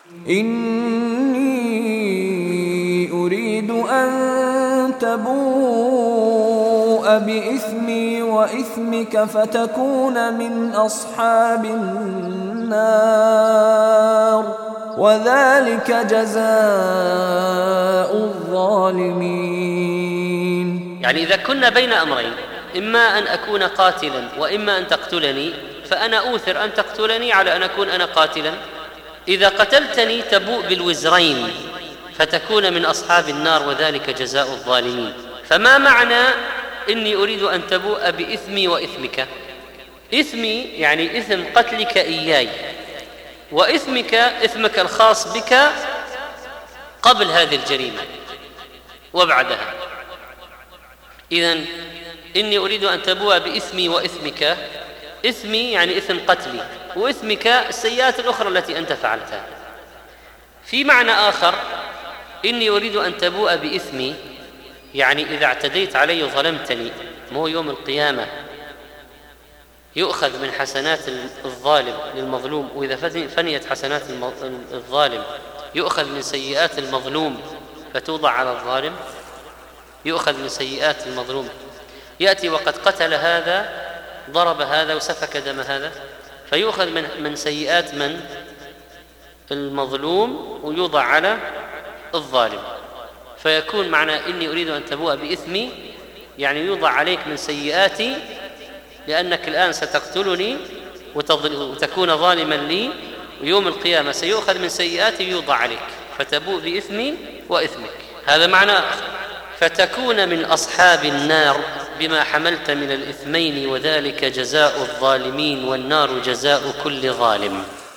إني أريد أن تبوء بإثمي وإثمك فتكون من أصحاب النار وذلك جزاء الظالمين. يعني إذا كنا بين أمرين، إما أن أكون قاتلا وإما أن تقتلني، فأنا أوثر أن تقتلني على أن أكون أنا قاتلا. إذا قتلتني تبوء بالوزرين فتكون من أصحاب النار وذلك جزاء الظالمين. فما معنى إني أريد أن تبوء بإثمي وإثمك؟ إثمي يعني إثم قتلك إياي، وإثمك إثمك الخاص بك قبل هذه الجريمة وبعدها. إذن إني أريد أن تبوء بإثمي وإثمك، إثمي يعني إثم قتلي، وإثمك السيئات الأخرى التي أنت فعلتها. في معنى آخر، إني أريد أن تبوء بإثمي يعني إذا اعتديت علي وظلمتني، مو يوم القيامة يؤخذ من حسنات الظالم للمظلوم، وإذا فنيت حسنات الظالم يؤخذ من سيئات المظلوم فتوضع على الظالم، يؤخذ من سيئات المظلوم. يأتي وقد قتل هذا، ضرب هذا وسفك دم هذا، فيؤخذ من سيئات من المظلوم ويوضع على الظالم. فيكون معنى إني أريد أن تبوء بإثمي يعني يوضع عليك من سيئاتي، لأنك الآن ستقتلني وتكون ظالما لي، ويوم القيامة سيؤخذ من سيئاتي ويوضع عليك، فتبوء بإثمي وإثمك. هذا معنى آخر. فتكون من أصحاب النار بما حملت من الإثمين وذلك جزاء الظالمين والنار جزاء كل ظالم.